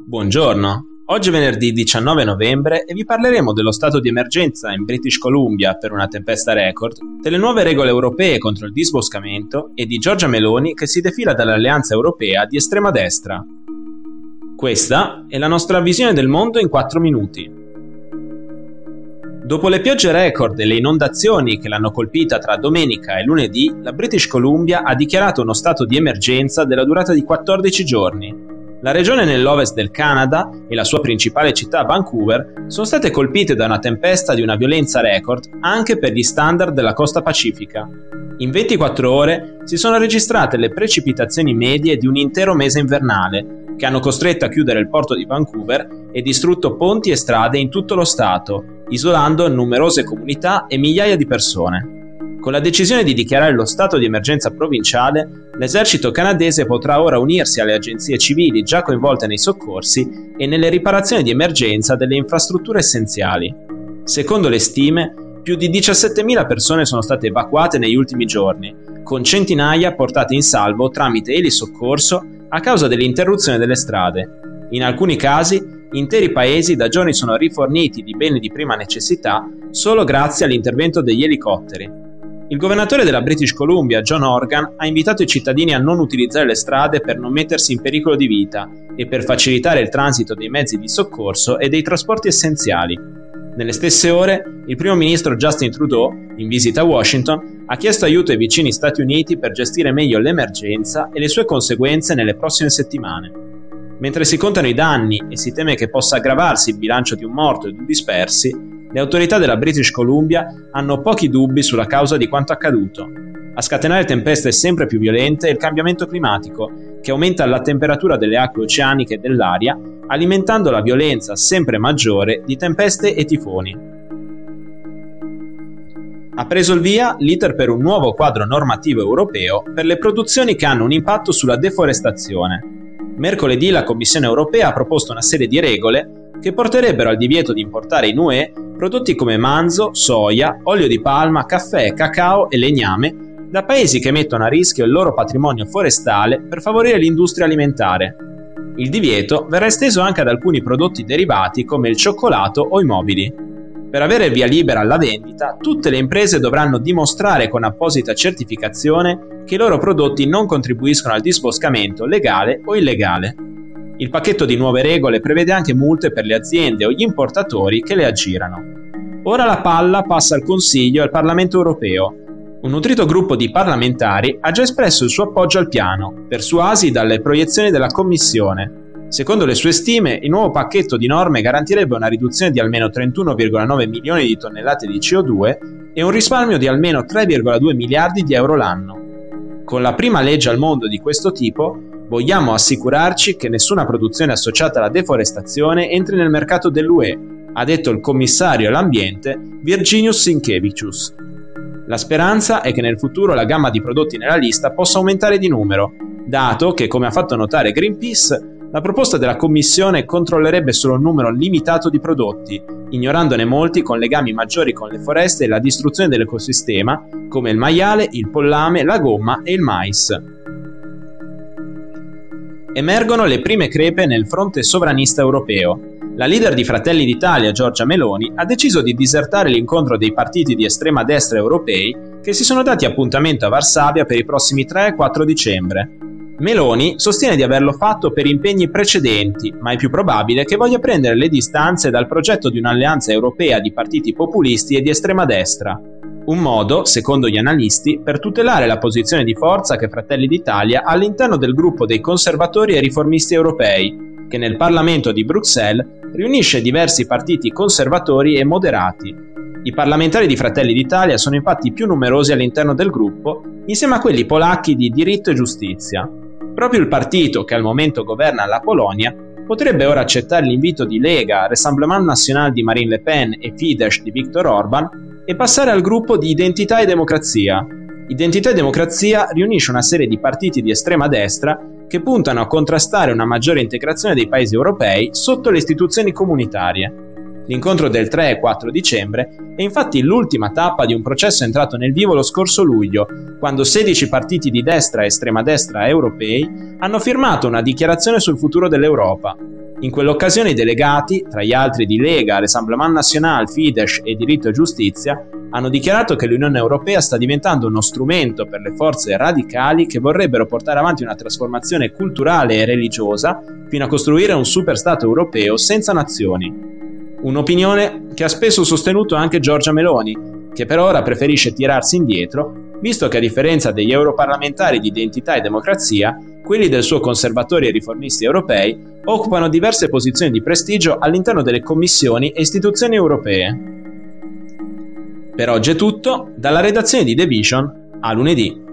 Buongiorno, oggi è venerdì 19 novembre e vi parleremo dello stato di emergenza in British Columbia per una tempesta record, delle nuove regole europee contro il disboscamento e di Giorgia Meloni che si defila dall'Alleanza Europea di estrema destra. Questa è la nostra visione del mondo in 4 minuti. Dopo le piogge record e le inondazioni che l'hanno colpita tra domenica e lunedì, la British Columbia ha dichiarato uno stato di emergenza della durata di 14 giorni. La regione nell'ovest del Canada e la sua principale città Vancouver sono state colpite da una tempesta di una violenza record anche per gli standard della costa pacifica. In 24 ore si sono registrate le precipitazioni medie di un intero mese invernale, che hanno costretto a chiudere il porto di Vancouver e distrutto ponti e strade in tutto lo stato, isolando numerose comunità e migliaia di persone. Con la decisione di dichiarare lo stato di emergenza provinciale, l'esercito canadese potrà ora unirsi alle agenzie civili già coinvolte nei soccorsi e nelle riparazioni di emergenza delle infrastrutture essenziali. Secondo le stime, più di 17.000 persone sono state evacuate negli ultimi giorni, con centinaia portate in salvo tramite elisoccorso a causa dell'interruzione delle strade. In alcuni casi, interi paesi da giorni sono riforniti di beni di prima necessità solo grazie all'intervento degli elicotteri. Il governatore della British Columbia, John Horgan, ha invitato i cittadini a non utilizzare le strade per non mettersi in pericolo di vita e per facilitare il transito dei mezzi di soccorso e dei trasporti essenziali. Nelle stesse ore, il primo ministro Justin Trudeau, in visita a Washington, ha chiesto aiuto ai vicini Stati Uniti per gestire meglio l'emergenza e le sue conseguenze nelle prossime settimane. Mentre si contano i danni e si teme che possa aggravarsi il bilancio di un morto e 2 dispersi, le autorità della British Columbia hanno pochi dubbi sulla causa di quanto accaduto. A scatenare tempeste sempre più violente è il cambiamento climatico, che aumenta la temperatura delle acque oceaniche e dell'aria, alimentando la violenza sempre maggiore di tempeste e tifoni. Ha preso il via l'iter per un nuovo quadro normativo europeo per le produzioni che hanno un impatto sulla deforestazione. Mercoledì la Commissione europea ha proposto una serie di regole che porterebbero al divieto di importare in UE prodotti come manzo, soia, olio di palma, caffè, cacao e legname da paesi che mettono a rischio il loro patrimonio forestale per favorire l'industria alimentare. Il divieto verrà esteso anche ad alcuni prodotti derivati come il cioccolato o i mobili. Per avere il via libera alla vendita, tutte le imprese dovranno dimostrare con apposita certificazione che i loro prodotti non contribuiscono al disboscamento legale o illegale. Il pacchetto di nuove regole prevede anche multe per le aziende o gli importatori che le aggirano. Ora la palla passa al Consiglio e al Parlamento europeo. Un nutrito gruppo di parlamentari ha già espresso il suo appoggio al piano, persuasi dalle proiezioni della Commissione. Secondo le sue stime, il nuovo pacchetto di norme garantirebbe una riduzione di almeno 31,9 milioni di tonnellate di CO2 e un risparmio di almeno 3,2 miliardi di euro l'anno. Con la prima legge al mondo di questo tipo, vogliamo assicurarci che nessuna produzione associata alla deforestazione entri nel mercato dell'UE, ha detto il commissario all'ambiente Virginijus Sinkevičius. La speranza è che nel futuro la gamma di prodotti nella lista possa aumentare di numero, dato che, come ha fatto notare Greenpeace, la proposta della Commissione controllerebbe solo un numero limitato di prodotti, ignorandone molti con legami maggiori con le foreste e la distruzione dell'ecosistema, come il maiale, il pollame, la gomma e il mais. Emergono le prime crepe nel fronte sovranista europeo. La leader di Fratelli d'Italia, Giorgia Meloni, ha deciso di disertare l'incontro dei partiti di estrema destra europei che si sono dati appuntamento a Varsavia per i prossimi 3 e 4 dicembre. Meloni sostiene di averlo fatto per impegni precedenti, ma è più probabile che voglia prendere le distanze dal progetto di un'alleanza europea di partiti populisti e di estrema destra. Un modo, secondo gli analisti, per tutelare la posizione di forza che Fratelli d'Italia ha all'interno del gruppo dei conservatori e riformisti europei, che nel Parlamento di Bruxelles riunisce diversi partiti conservatori e moderati. I parlamentari di Fratelli d'Italia sono infatti più numerosi all'interno del gruppo, insieme a quelli polacchi di Diritto e Giustizia. Proprio il partito che al momento governa la Polonia potrebbe ora accettare l'invito di Lega, Rassemblement National di Marine Le Pen e Fidesz di Viktor Orban e passare al gruppo di Identità e Democrazia. Identità e Democrazia riunisce una serie di partiti di estrema destra che puntano a contrastare una maggiore integrazione dei paesi europei sotto le istituzioni comunitarie. L'incontro del 3 e 4 dicembre è infatti l'ultima tappa di un processo entrato nel vivo lo scorso luglio, quando 16 partiti di destra e estrema destra europei hanno firmato una dichiarazione sul futuro dell'Europa. In quell'occasione i delegati, tra gli altri di Lega, Rassemblement National, Fidesz e Diritto e Giustizia, hanno dichiarato che l'Unione Europea sta diventando uno strumento per le forze radicali che vorrebbero portare avanti una trasformazione culturale e religiosa fino a costruire un superstato europeo senza nazioni. Un'opinione che ha spesso sostenuto anche Giorgia Meloni, che per ora preferisce tirarsi indietro, visto che a differenza degli europarlamentari di Identità e Democrazia, quelli del suo Conservatori e Riformisti europei occupano diverse posizioni di prestigio all'interno delle commissioni e istituzioni europee. Per oggi è tutto, dalla redazione di The Vision, a lunedì.